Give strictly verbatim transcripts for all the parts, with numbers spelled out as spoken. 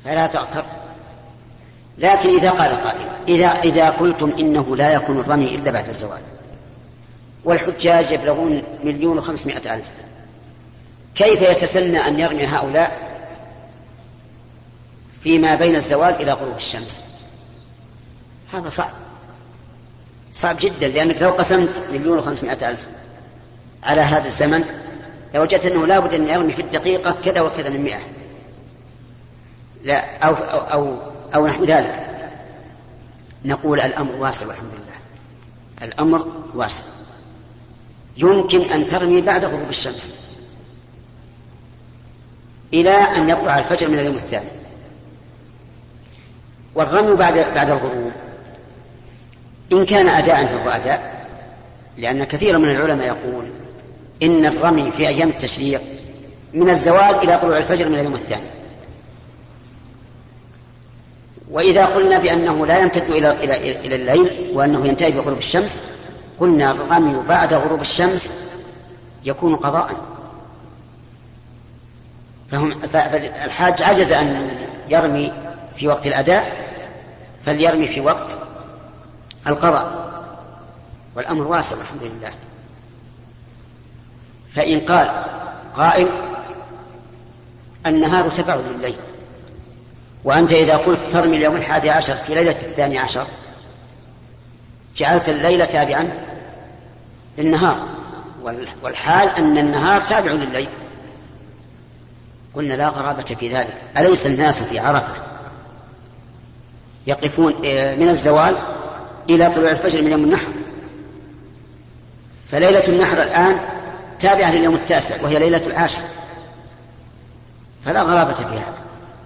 فلا تغتر. لكن إذا قال قائل إذا, إذا قلتم إنه لا يكون الرمي إلا بعد الزوال والحجاج يبلغون مليون وخمسمائة ألف، كيف يتسنى أن يرمي هؤلاء فيما بين الزوال إلى غروب الشمس؟ هذا صعب صعب جدا، لأنك لو قسمت مليون وخمسمائة ألف على هذا الزمن لوجدت أنه لا بد أن يرمي في الدقيقة كذا وكذا من مئة، لا أو, أو, أو, أو نحو ذلك. نقول الأمر واسع والحمد لله، الأمر واسع، يمكن أن ترمي بعد غروب الشمس إلى أن يطلع الفجر من اليوم الثاني. والرمي بعد بعد الغروب إن كان أداء فهو أداء، لأن كثير من العلماء يقول إن الرمي في أيام التشريق من الزوال إلى طلوع الفجر من اليوم الثاني. وإذا قلنا بأنه لا يمتد إلى, إلى, إلى الليل وأنه ينتهي بغروب الشمس، قلنا الرمي بعد غروب الشمس يكون قضاء. فهم فالحاج عجز أن يرمي في وقت الأداء فليرمي في وقت القضاء، والأمر واسع الحمد لله. فإن قال قائل النهار تبع لليل، وأنت إذا قلت ترمي اليوم الحادي عشر في ليلة الثاني عشر جعلت الليل تابعا للنهار، والحال أن النهار تابع لليل. قلنا لا غرابة في ذلك، أليس الناس في عرفة يقفون من الزوال إلى طلوع الفجر من يوم النحر؟ فليلة النحر الآن تابعة لليوم التاسع وهي ليلة العاشر، فلا غرابة في هذا.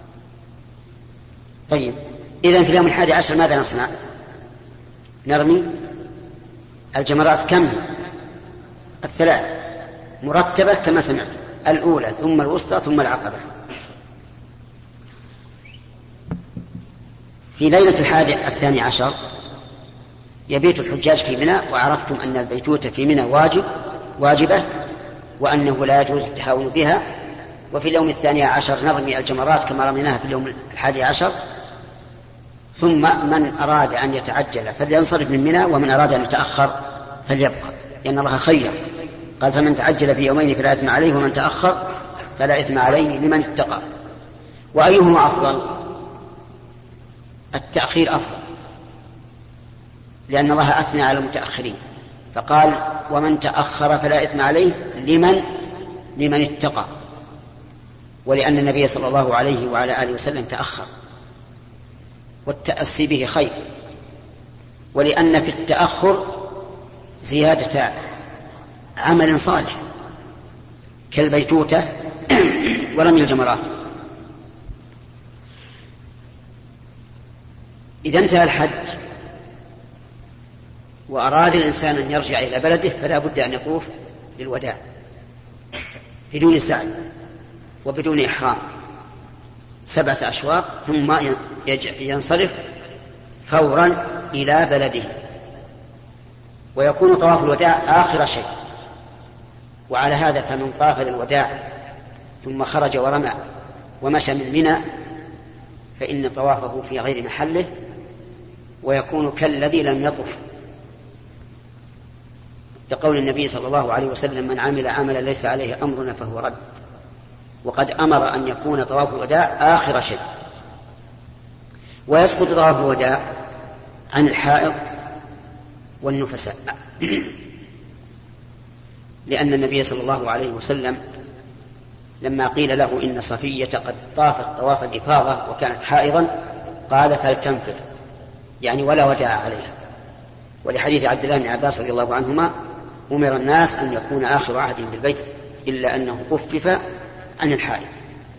طيب إذن في اليوم الحادي عشر ماذا نصنع؟ نرمي الجمرات كم؟ الثلاث مرتبة كما سمعت، الأولى ثم الوسطى ثم العقبة. في ليلة الحادي الثاني عشر يبيت الحجاج في منى، وعرفتم أن البيتوتة في منى واجب واجبة وأنه لا يجوز التهاون بها. وفي اليوم الثاني عشر نرمي الجمرات كما رميناها في اليوم الحادي عشر. ثم من أراد أن يتعجل فلينصرف من منى، ومن أراد أن يتأخر فليبقى، لأن الله خير قال فمن تعجل في يومين فلا إثم عليه ومن تأخر فلا إثم عليه لمن اتقى. وأيهما أفضل؟ التأخير أفضل، لأن الله أثنى على المتأخرين فقال ومن تأخر فلا إثم عليه لمن لمن اتقى، ولأن النبي صلى الله عليه وعلى آله وسلم تأخر، والتأسي به خير، ولأن في التأخر زيادة عمل صالح كالبيتوتة ورمي الجمرات. إذا انتهى الحج وأراد الإنسان أن يرجع إلى بلده فلا بد أن يطوف للوداع بدون سعي وبدون إحرام سبعة أشواط، ثم ينصرف فورا إلى بلده، ويكون طواف الوداع آخر شيء. وعلى هذا فمن طاف للوداع ثم خرج ورمى ومشى من منى فإن طوافه في غير محله، ويكون كالذي لم يطف، لقول النبي صلى الله عليه وسلم من عمل عملا ليس عليه أمرنا فهو رد. وقد أمر أن يكون طواف الوداع آخر شيء. ويسقط طواف الوداع عن الحائض والنفساء لأن النبي صلى الله عليه وسلم لما قيل له إن صفية قد طافت طواف الإفاضة وكانت حائضا قال فلتنفر، يعني ولا وداع عليها. ولحديث عبد الله بن عباس رضي الله عنهما أمر الناس أن يكون آخر عهدهم بالبيت إلا أنه خفف عن الحائض.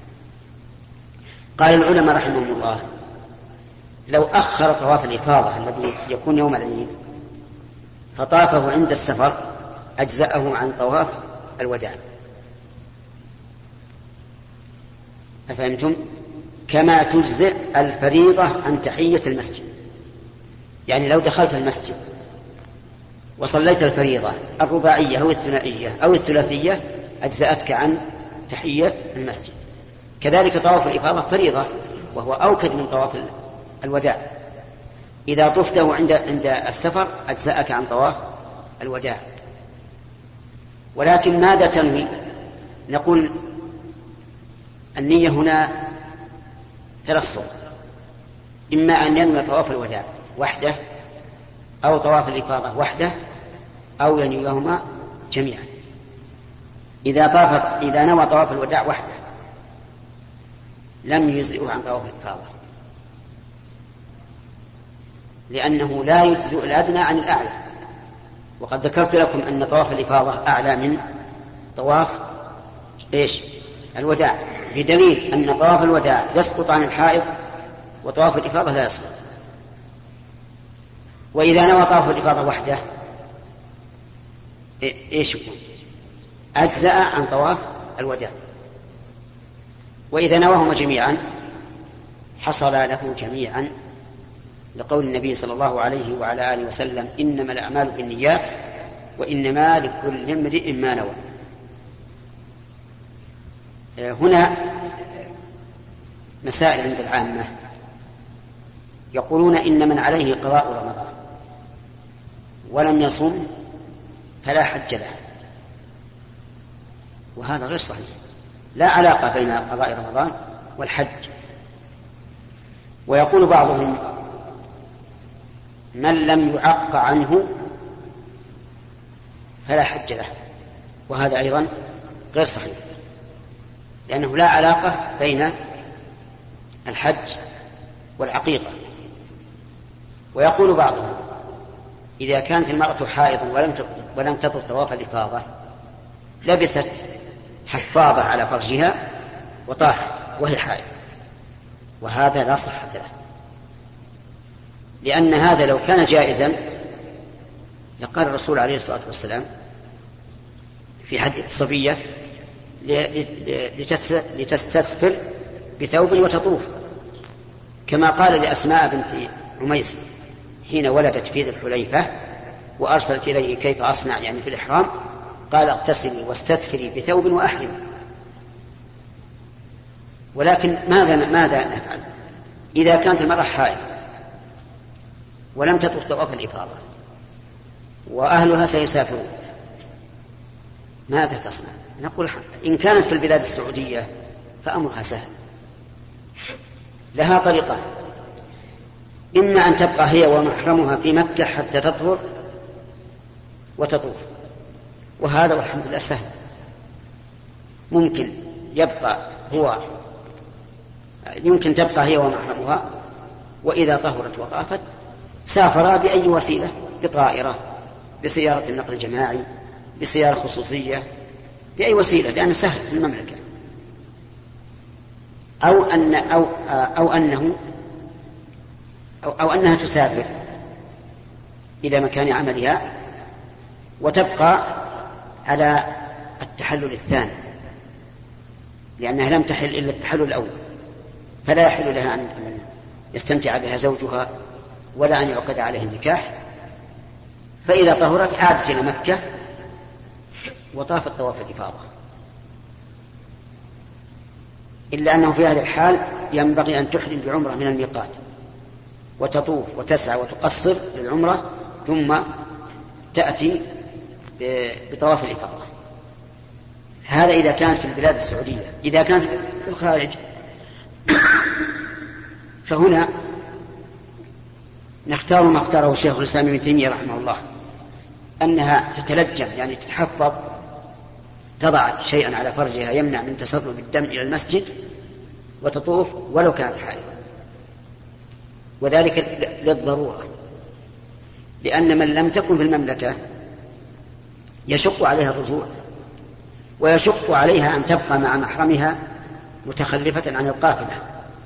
قال العلماء رحمهم الله لو أخر طواف الإفاضة الذي يكون يوم العيد فطافه عند السفر أجزأه عن طواف الوداع. أفهمتم؟ كما تجزئ الفريضة عن تحية المسجد. يعني لو دخلت المسجد وصليت الفريضة الرباعية أو الثنائية أو الثلاثية أجزأتك عن تحية المسجد. كذلك طواف الإفاضة فريضة وهو أوكد من طواف الوداع. إذا طفته عند عند السفر أجزأك عن طواف الوداع. ولكن ماذا تنوي؟ نقول النية هنا ثلاث صور: إما أن ينوي طواف الوداع وحده، أو طواف الإفاضة وحده، أو ينويهما جميعا. إذا طاف إذا نوى طواف الوداع وحده لم يجزئه عن طواف الإفاضة، لأنه لا يجزئ الأدنى عن الأعلى. وقد ذكرت لكم أن طواف الإفاضة أعلى من طواف إيش؟ الوداع، بدليل أن طواف الوداع يسقط عن الحائض وطواف الإفاضة لا يسقط. وإذا نوى طواف الإفاضة وحده إيش يكون؟ أجزأ عن طواف الوداع. وإذا نواهما جميعا حصل له جميعا، لقول النبي صلى الله عليه وعلى آله وسلم: إنما الأعمال بالنيات وإنما لكل امرئ ما نوى. هنا مسائل عند العامة يقولون إن من عليه قضاء رمضان ولم يصم فلا حج له، وهذا غير صحيح. لا علاقة بين قضاء رمضان والحج. ويقول بعضهم: من لم يعق عنه فلا حج له، وهذا أيضا غير صحيح، لأنه لا علاقة بين الحج والعقيقة. ويقول بعضهم: إذا كانت المرأة حائض ولم ولم تطف طواف الإفاضة لبست حفاظة على فرجها وطافت وهي حائض، وهذا لا صحة له، لأن هذا لو كان جائزا لقال الرسول عليه الصلاة والسلام في حديث الصفية: لتستثفر بثوب وتطوف، كما قال لأسماء بنت عميس حين ولدت في ذي الحليفة وأرسلت إليه كيف أصنع يعني في الإحرام، قال: اغتسلي واستثفري بثوب وأحرم. ولكن ماذا ماذا نفعل إذا كانت المرأة حائض ولم تطف طواف الإفاضة وأهلها سيسافرون؟ ماذا تصنع؟ نقول: إن كانت في البلاد السعودية فأمرها سهل، لها طريقة: إما أن تبقى هي ومحرمها في مكة حتى تطهر وتطوف، وهذا والحمد لله سهل. ممكن يبقى هو يمكن تبقى هي ومحرمها، وإذا طهرت وطافت سافرا بأي وسيلة: بطائرة، بسيارة النقل الجماعي، بسيارة خصوصية، بأي وسيلة، لأنه سهل في المملكة. أو أن أو أو أنه أو, أو أنها تسافر إلى مكان عملها وتبقى على التحلل الثاني، لأنها لم تحل إلا التحلل الأول، فلا يحل لها أن يستمتع بها زوجها ولا أن يعقد عليه النكاح. فإذا طهرت عادت إلى مكة وطافت طواف الإفاضة، إلا أنه في هذه الحال ينبغي أن تحرم بعمرة من الميقات وتطوف وتسعى وتقصر للعمرة ثم تأتي بطواف الإفاضة. هذا إذا كانت في البلاد السعودية. إذا كانت في الخارج فهنا نختار ما اختاره الشيخ الإسلام ابن تيمية رحمه الله، أنها تتلجم يعني تتحفظ، تضع شيئا على فرجها يمنع من تسرب الدم إلى المسجد وتطوف ولو كانت حائضة، وذلك للضرورة، لأن من لم تكن في المملكة يشق عليها الرجوع ويشق عليها أن تبقى مع محرمها متخلفة عن القافلة.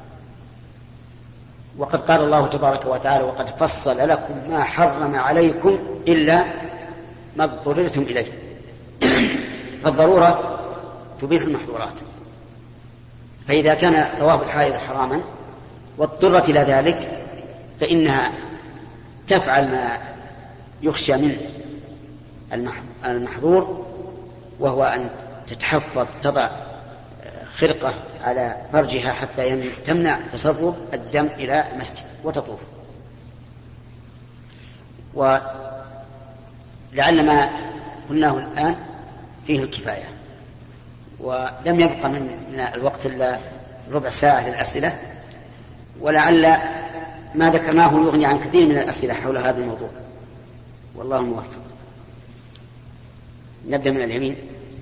وقد قال الله تبارك وتعالى: وقد فصل لكم ما حرم عليكم إلا ما اضطررتم إليه. فالضرورة تبيح المحظورات. فإذا كان طواف الحائض حراما واضطرت إلى ذلك فإنها تفعل ما يخشى منه المحظور، وهو أن تتحفظ، تضع خرقة على فرجها حتى تمنع تسرب الدم إلى المسجد وتطوف. ولعل ما قلناه الآن فيه الكفاية، ولم يبقى من الوقت إلا ربع ساعة للأسئلة، ولعل ما ذكرناه يغني عن كثير من الأسئلة حول هذا الموضوع، والله موفق. نبدأ من اليمين.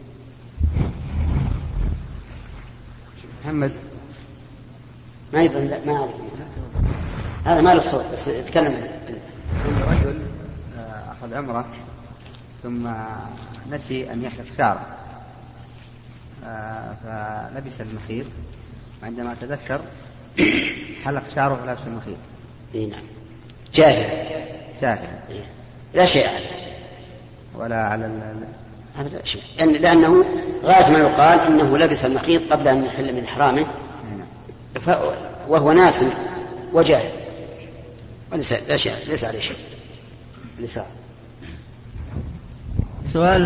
محمد ما يظن لا ما أعرف هذا ما له صوت بس يتكلم. رجل أخذ عمره ثم نسي أن يحلق شعره فلبس المخيط، وعندما تذكر حلق شعره ولبس المخيط. نعم جاهل جاهل لا شيء عليه ولا على لا شيء، لأنه غاية ما يقال إنه لبس المخيط قبل أن يحل من إحرامه وهو ناس وجاهل وليس لا شيء ليس عليه شيء. لسا. سؤال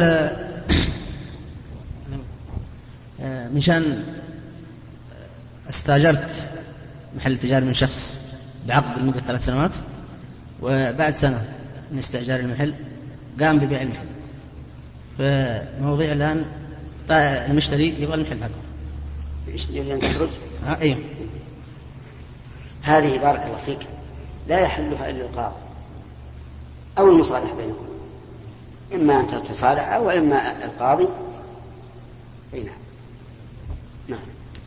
من شان استاجرت محل تجاري من شخص بعقد لمدة ثلاث سنوات، وبعد سنة من استئجار المحل قام ببيع المحل، فموضوع الآن المشتري يبغى المحل حقه. ايش يريد ان تخرج؟ اه ايوه. هذه بارك الله فيك لا يحلها الا القاضي او المصالح بينكم، اما ان تتصالح او اما القاضي. اي نعم. نعم.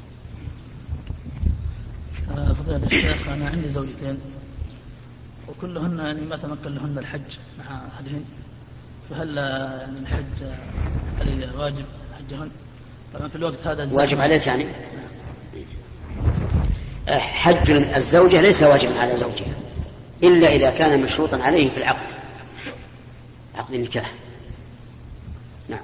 فضيلة الشيخ، أنا عندي زوجتين وكلهن يعني ما تمكن لهن الحج مع أحدهن، فهل يعني الحج علي واجب حجهن؟ طبعا في الوقت هذا واجب عليك يعني حج الزوجة ليس واجبا على زوجها إلا إذا كان مشروطا عليه في العقد، عقد النكاح. نعم.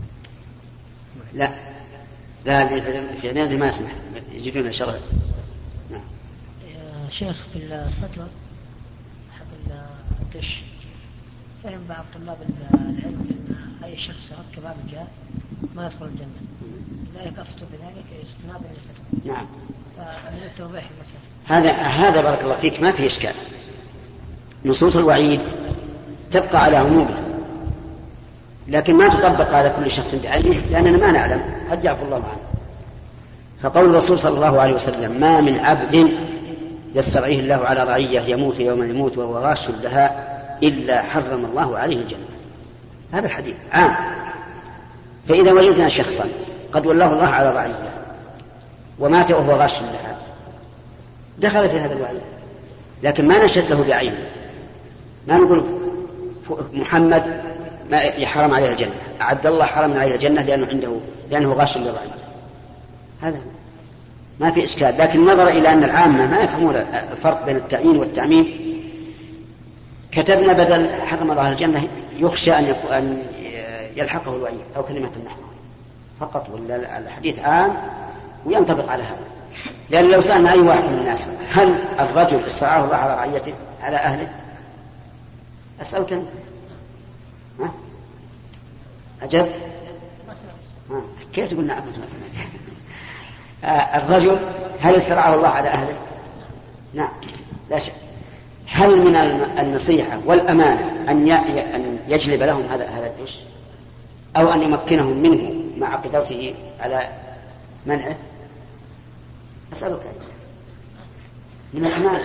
لا لا في نازل ما يسمح يجدون الشرع. نعم. يا شيخ في الفتوى حق الدش فهم بعض طلاب العلم أن أي شخص ركب هذا الجهاز ما يدخل الجنة، لذلك أفتوا بذلك استنادا للفتوى. نعم. فأريد توضيح المسألة. هذا هذا بارك الله فيك ما فيه إشكال، نصوص الوعيد تبقى على عمومها، لكن ما تطبق على كل شخص بعينه لأننا ما نعلم قد يعفو الله عنه. فقول الرسول صلى الله عليه وسلم: ما من عبد يسترعيه الله على رعية يموت يوم يموت وهو غاش لها إلا حرم الله عليه الجنة. هذا الحديث عام. فإذا وجدنا شخصا قد والله الله على رعية ومات وهو غاش لها دخل في هذا الوعيد، لكن ما نشهد له بعينه، ما نقول محمد ما يحرم عليه الجنة، عبد الله حرم عليه الجنة لأنه عنده لأنه غاش للرعية. هذا ما في إشكال، لكن نظر إلى أن العامة ما يفهمون الفرق بين التعيين والتعميم كتبنا بدل حرم الله الجنة يخشى أن أن يلحقه الوعيد أو كلمة النحو فقط، ولا الحديث عام وينطبق على هذا. لأن لو سألنا أي واحد من الناس هل الرجل استرعاه الله على رعيته على أهله؟ أسألك أنت ها؟ أجبت؟ ها؟ كيف تقول نعم ما سمعت؟ آه الرجل هل استرعاه الله على أهله؟ نعم لا شك. هل من النصيحة والأمانة أن يجلب لهم هذا هذا الدش أو أن يمكنهم منه مع قدرته على منعه؟ أسألك من الأمانة.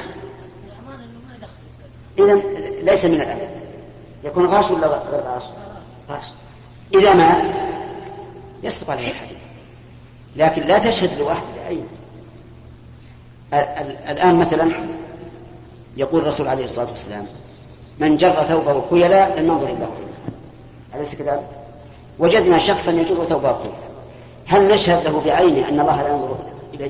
إذن ليس من الأمانة، يكون غاش ولا غير غاش؟ غاش. إذا مات يسقط عليه الحديث، لكن لا تشهد لواحد بعينه. الآن مثلا يقول الرسول عليه الصلاة والسلام: من جر ثوبه خيلا لم ينظر إلا أليس كذلك؟ وجدنا شخصا يجر ثوبه خيلا، هل نشهد له بعينه أن الله لا ينظر إليه؟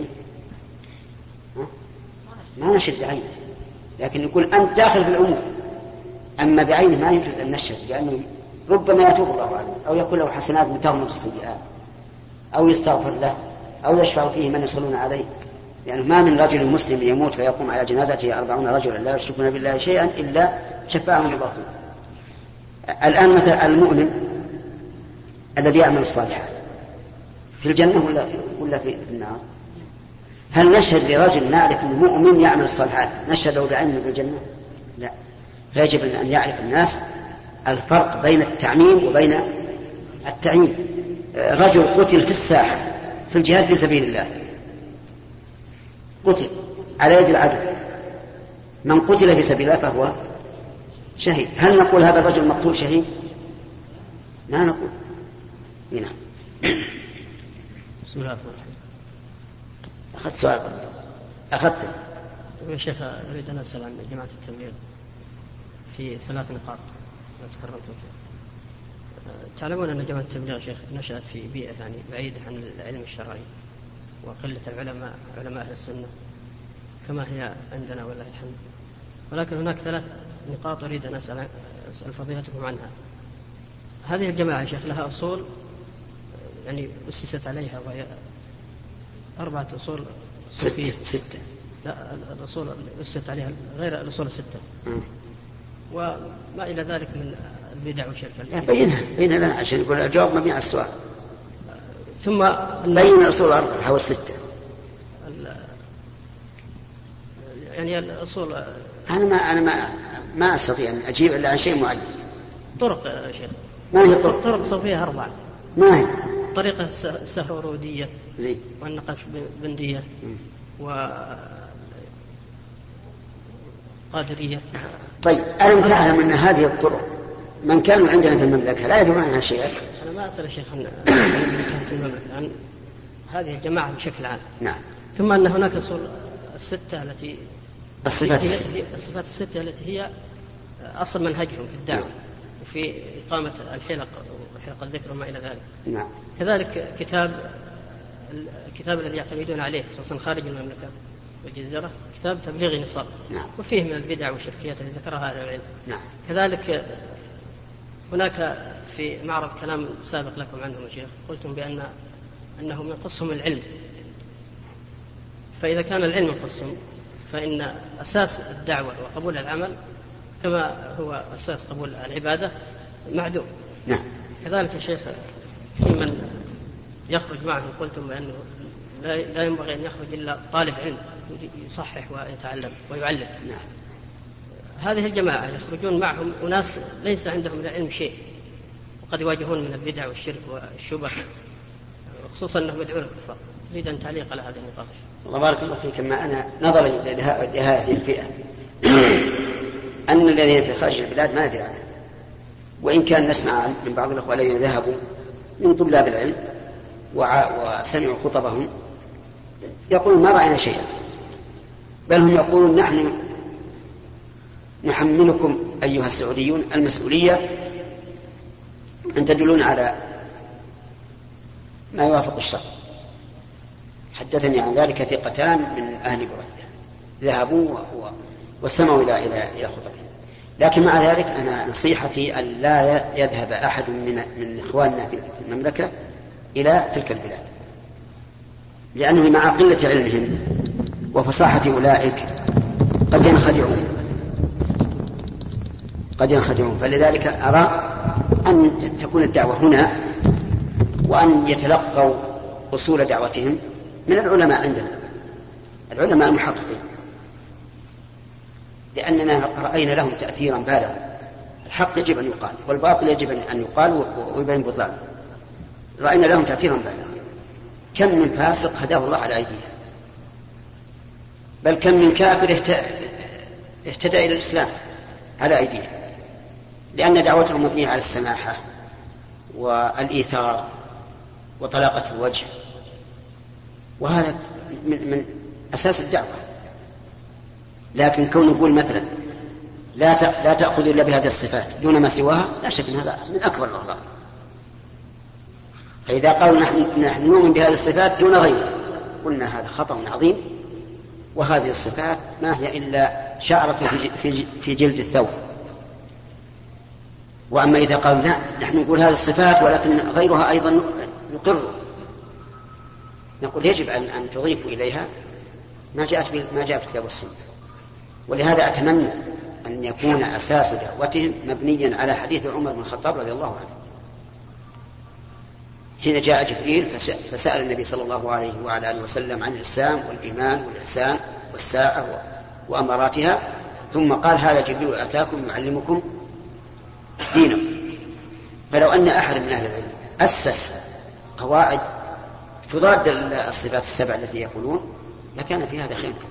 ما نشهد بعينه، لكن يقول أنت داخل في العموم. أما بعينه ما يجوز أن نشهد، لأنه ربما يتوب الله عنه أو يكون له حسنات متغمض السيئات أو يستغفر له أو يشفع فيه من يصلون عليه. يعني ما من رجل مسلم يموت فيقوم على جنازته أربعون رجلا لا يشركون بالله شيئا إلا شفاعهم الله. الآن مثلا المؤمن الذي يعمل الصالحات في الجنة ولا ولا في النار؟ هل نشهد لرجل نعرف أنه مؤمن يعمل الصالحات نشهد له بعلمه بالجنة؟ لا. فيجب أن يعرف الناس الفرق بين التعميم وبين التعيين. رجل قتل في الساحة في الجهاد في سبيل الله، قتل على يد العدو، من قتل في سبيل الله فهو شهيد. هل نقول هذا الرجل مقتول شهيد؟ لا نقول. هنا بسم الله الرحمن الرحيم. أخذت سؤال أخذت يا شيخ أريد أن أسأل عن جماعة التبليغ في ثلاث نقاط تكررت فيها. تعلمون أن جماعة التبليغ شيخ نشأت في بيئة يعني بعيدة عن العلم الشرعي وقلة العلماء علماء أهل السنة كما هي عندنا والله الحمد، ولكن هناك ثلاث نقاط أريد أن أسأل, أسأل فضيلتكم عنها. هذه الجماعة شيخ لها أصول يعني أسست عليها وهي أربعة أصول ستة ستة لا الأصول أسست عليها غير الأصول الستة م. وما إلى ذلك من البدع والشرك. بينها بينها لنا عشان يقول الجواب مبني على السؤال. ثم بين الأصول الأربعة حول الستة. يعني الأصول أنا ما أنا ما ما أستطيع أن أجيب إلا عن شيء معين. طرق يا شيخ. ما هي طرق؟ طرق صوفية أربعة. ما هي؟ طريقة السهرورودية زي والنقشبندية وقادرية. طيب ألم تعلم أن هذه الطرق من كانوا عندنا في المملكة لا يدرون عنها شيئا؟ أنا ما أسأل الشيخ عن في المملكة عن هذه الجماعة بشكل عام. نعم. ثم أن هناك أصول الستة التي الصفات الصفات الستة التي هي أصل منهجهم في الدعوة وفي إقامة الحلق وحلق الذكر وما إلى ذلك. نعم. كذلك كتاب الكتاب الذي يعتمدون عليه خصوصا خارج المملكة والجزيرة كتاب تبليغ نصاب. نعم. وفيه من البدع والشركيات التي ذكرها أهل العلم. نعم. كذلك هناك في معرض كلام سابق لكم عنهم يا شيخ قلتم بأن أنه من قصهم العلم، فإذا كان العلم قصهم فإن أساس الدعوة وقبول العمل كما هو أساس قبول العبادة معدوم. نعم. كذلك يا شيخ في من يخرج معهم قلتم بأنه لا ينبغي أن يخرج إلا طالب علم يصحح ويتعلم ويعلم. نعم. هذه الجماعة يخرجون معهم أناس ليس عندهم من العلم شيء وقد يواجهون من البدع والشرك والشبه خصوصا أنهم يدعون الكفار. أريد أن تعليق على هذه النقاط. الله بارك الله فيك. ما أنا نظري لهذه الفئة أن الذين في خارج البلاد ما ندري عنهم، وإن كان نسمع من بعض الأخوة الذين ذهبوا من طلاب العلم وسمعوا خطبهم يقولون ما رأينا شيئا، بل هم يقولون نحن نحملكم أيها السعوديون المسؤولية أن تدلون على ما يوافق الشرع. حدثني عن ذلك ثقتان من أهل بريدة ذهبوا واستمعوا إلى إلى إلى خطبهم. لكن مع ذلك أنا نصيحتي أن لا يذهب أحد من من إخواننا في المملكة إلى تلك البلاد، لأنه مع قلة علمهم وفصاحة أولئك قد ينخدعون قد ينخدعون فلذلك أرى أن تكون الدعوة هنا وأن يتلقوا أصول دعوتهم من العلماء عندنا، العلماء المحققين، لأننا رأينا لهم تأثيرا بالغا. الحق يجب أن يقال والباطل يجب أن يقال ويبين بطلانه. رأينا لهم تأثيرا بالغا. كم من فاسق هداه الله على أيديهم، بل كم من كافر اهتدى إلى الإسلام على أيديهم، لأن دعوتهم مبنية على السماحة والإيثار وطلاقة الوجه، وهذا من, من أساس الدعوة. لكن كون نقول مثلا لا لا تأخذ إلا بهذه الصفات دون ما سواها، لا شك أن هذا من أكبر الأغلاط. فإذا قالوا نحن, نحن نؤمن بهذه الصفات دون غيرها قلنا هذا خطأ عظيم، وهذه الصفات ما هي إلا شعرة في, في جلد الثوب. وأما إذا قالوا لا نحن نقول هذه الصفات ولكن غيرها أيضا نقر، نقول يجب أن, أن تضيفوا إليها ما جاءت ما جاء في الكتاب والسنة. ولهذا أتمنى أن يكون أساس دعوتهم مبنيا على حديث عمر بن الخطاب رضي الله عنه. حين جاء جبريل فسأل النبي صلى الله عليه وعلى آله وسلم عن الإسلام والإيمان والإحسان والساعة وأماراتها، ثم قال هذا جبريل أتاكم يعلمكم دينكم. فلو أن أحد من أهل العلم أسس قواعد تضاد الصفات السبع التي يقولون لكان في هذا خير كثير.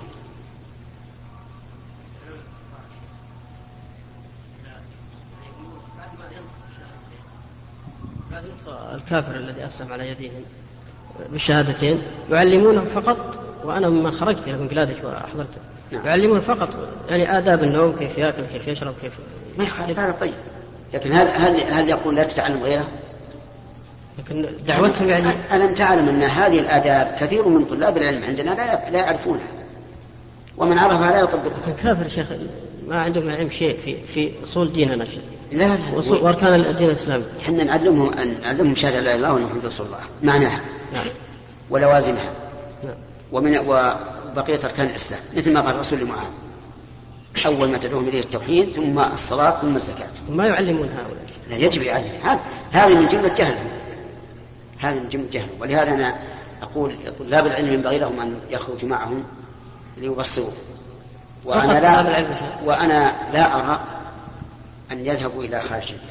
الكافر الذي أسلم على يديهم بالشهادتين يعلمونه فقط، وأنا مما خرجت إلى بنغلاديش وأحضرته نعم. يعلمون فقط يعني آداب النوم، كيف يأكل، كيف يشرب، كيف ما يخالف هذا طيب، لكن هل هل هل يقول لا تتعلم غيره؟ لكن دعوتهم يعني ألم تعلم أن هذه الآداب كثير من طلاب العلم عندنا لا لا يعرفونها، ومن عرفها لا يطبقها. لكن كافر شيخ ما عندهم علم شيء في في أصول ديننا شيء. لا وصول وأركان الدين الإسلامي. حنا نعلمهم أن نعلمهم شهادة لا إله إلا الله وأن محمد رسول الله معناها نعم. ولوازمها نعم. ومن وبقية أركان الإسلام، مثل ما قال الرسول لمعاذ أول ما تدعوهم إليه التوحيد ثم الصلاة ثم الزكاة. ما يعلمون هؤلاء. لا يجب يعلم، هذا هذا من جملة جهل، هذا من جملة جهل. ولهذا أنا أقول طلاب العلم ينبغي لهم أن يخرجوا معهم ليبصروا، وأنا لا وأنا لا أرى أن يذهبوا إلى خارج البلاد.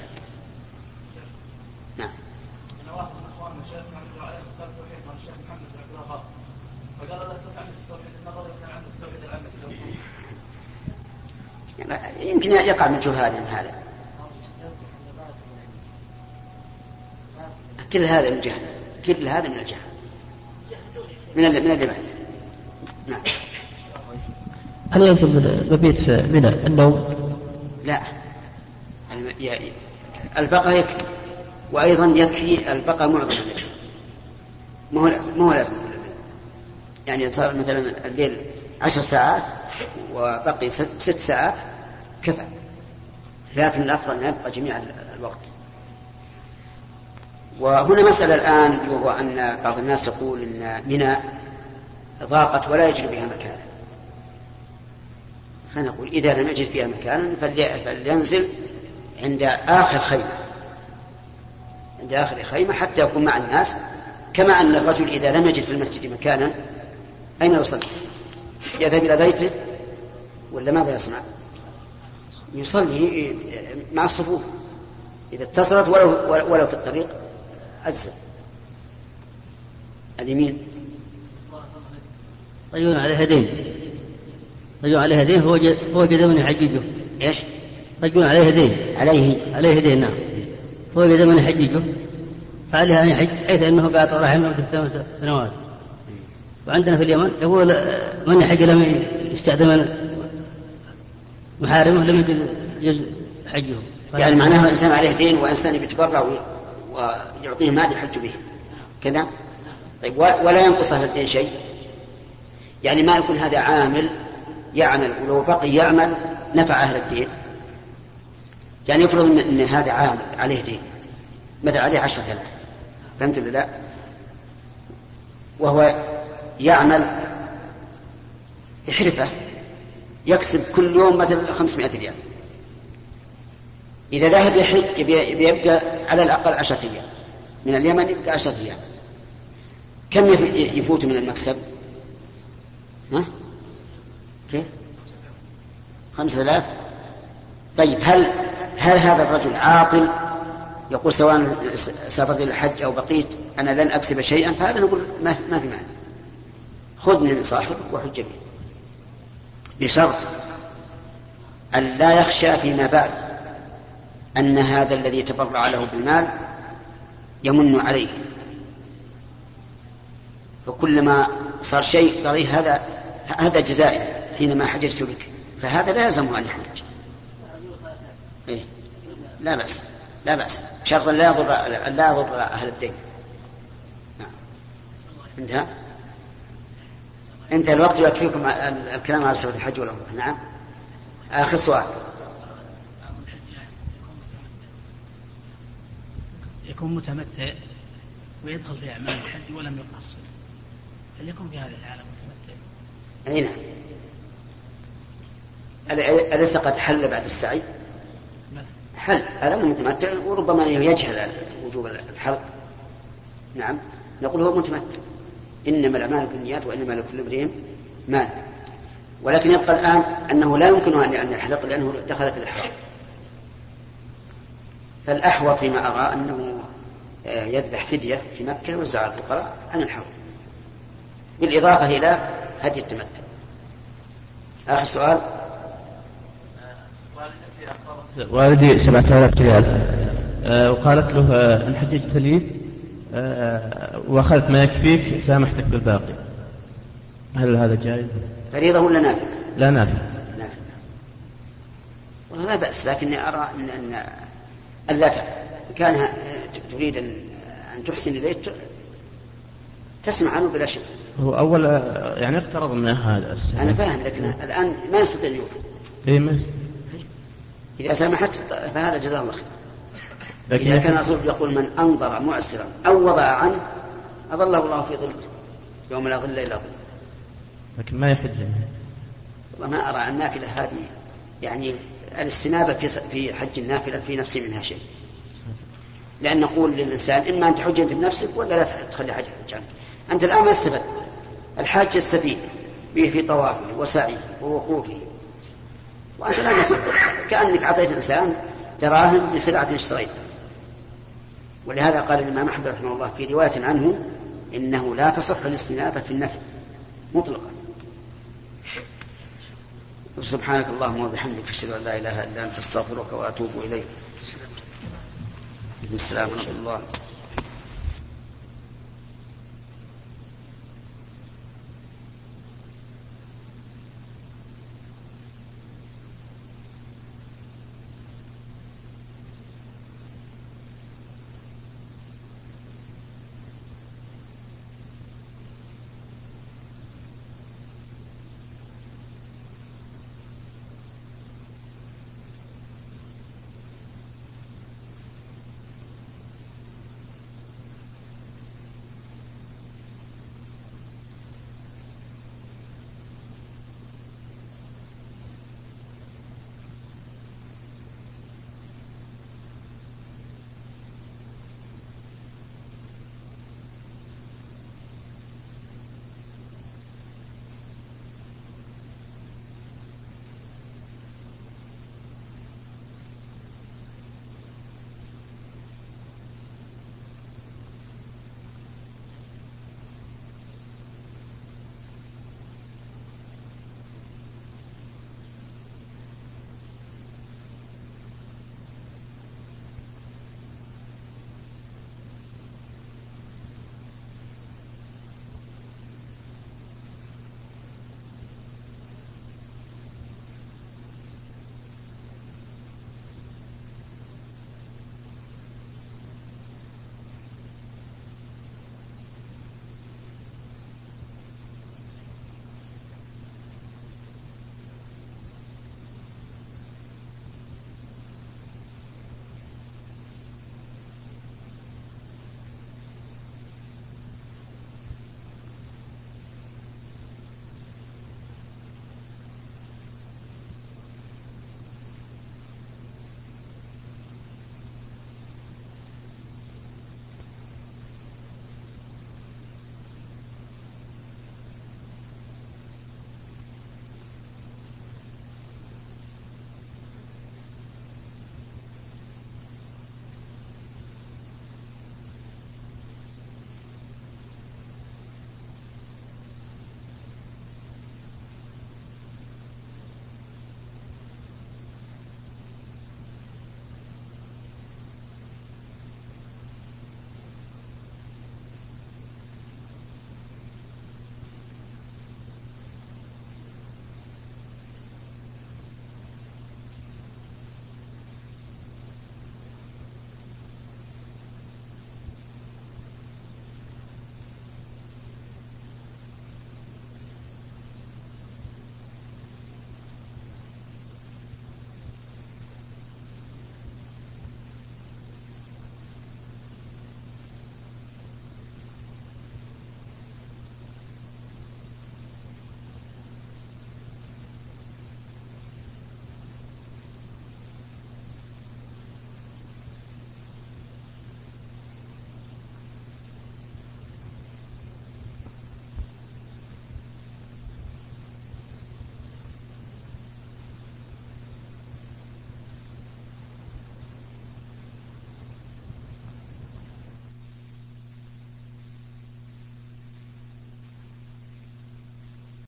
نعم. يعني يمكن يقع من جهالهم هذا، كل هذا من جهل، كل هذا من الجهل من من الجبال. نعم. هل يلزم المبيت في منى النوم؟ لا، البقاء يكفي، وأيضا يكفي البقاء معظم الليل، ما هو لازم ما هو لازم يعني صار مثلا الليل عشر ساعات وبقي ست, ست ساعات كفى، لكن الأفضل أن يبقى جميع الوقت. وهنا مسألة الآن وهو أن بعض الناس يقول إن منى ضاقت ولا يجري بها مكان، فنقول إذا لم يجد فيها مكانا فلينزل عند آخر خيمة، عند آخر خيمة حتى يكون مع الناس، كما أن الرجل إذا لم يجد في المسجد مكانا أين يصلي؟ يذهب إلى بيته ولا ماذا يصنع؟ يصلي مع الصفوف إذا اتصلت ولو, ولو في الطريق أجزل. اليمين رجل عليه هدين، رجل عليه هدين هو هو جد من يحججه. إيش؟ رجل عليه هدين، عليه عليه هدين نعم، هو جد من يحججه، فعليه أن يحج حيث أنه قاعد رحمه في ثمان سنوات. وعندنا في اليمن يقول من يحج لم يستخدم محارمه لم يجوز حجه. يعني معناه إنسان عليه دين وإنسان يتبرع ويعطيه مال يحج به كذا. طيب ولا ينقص هذا الدين شيء؟ يعني ما يكون هذا عامل يعمل ولو بقي يعمل نفع أهل الدين. يعني يفرض إن هذا عامل عليه دين مثل عليه عشرة آلاف، فهمت ولا لا؟ وهو يعمل يحرفه يكسب كل يوم مثل خمسمائة ريال، إذا ذهب يحج يبقى على الأقل عشرة أيام من اليمن، يبقى عشرة أيام، كم يفوت من المكسب؟ ها؟ كيف؟ خمسة آلاف. طيب هل هل هذا الرجل عاطل يقول سواء سافرت إلى الحج أو بقيت أنا لن أكسب شيئا؟ فهذا نقول ما, ما في معنى، خذ من صاحبك وحج به، بشرط أن لا يخشى فيما بعد أن هذا الذي تبرع له بالمال يمن عليه، فكلما صار شيء قال هذا هذا جزائي حينما حججت بك، فهذا لا يلزمه أن يحج. إيه؟ لا بأس لا بأس بشرط لا يضر لا يضر أهل الدين. نعم. انتهى. انت الوقت يكفيكم الكلام على صفة الحج والعمرة. نعم. آخر سؤال. يكون متمتع ويدخل في أعمال الحج ولم يقصر، هل يكون في هذه الحالة متمتع؟ أي نعم. أليس قد حل بعد السعي؟ حل ألم متمتع، وربما يجهل وجوب الحلق. نعم نقول هو متمتع، إنما الأعمال بالنيات وإنما لكل امرئ ما، ولكن يبقى الآن أنه لا يمكنه أن يحلق لأنه دخل في الإحرام. فالأحوط فيما أرى أنه يذبح فدية في مكة يوزع على الفقراء عن الحرم، بالإضافة إلى هدي التمتع. آخر سؤال. والدي سبعة آلاف ريال أه وقالت له أه إن حججت لي أه وأخذت ما يكفيك سامحتك بالباقي، هل هذا جائز؟ فريضة ولا نافلة؟ لا نافلة. نافلة والله لا بأس، لكني أرى أن أن ألا كان تريد أن تحسن إليه تسمع عنه بلا شيء. هو أول يعني اقترض منه هذا السنة. أنا فاهم، لكن الآن ما يستطيع يوفي. إيه ما يستطيع. إذا سامحت فهذا جزاه الله خير. إذا كان الرسول يقول من أنظر معسرا أو وضع عنه أظله الله في ظله يوم لا ظل إلا ظله. لكن ما يحج. والله ما أرى النافلة هذه يعني الاستنابة في حج النافلة في نفسي منها شيء، لأن نقول للإنسان إما أن تحج أنت بنفسك ولا لا تخلي حج عنك. أنت الآن ما استفدت. الحاج يستفيد به في طوافه وسعيه ووقوفه، وأنت لا تستفيد، كأنك أعطيت الإنسان دراهم بسلعة اشتريتها. ولهذا قال الإمام أحمد رحمه الله في رواية عنه إنه لا تصح الاستنابة في النفل مطلقا. سبحانك اللهم وبحمدك أشهد أن لا إله إلا أنت أستغفرك وأتوب إليك. السلام ورحمة الله.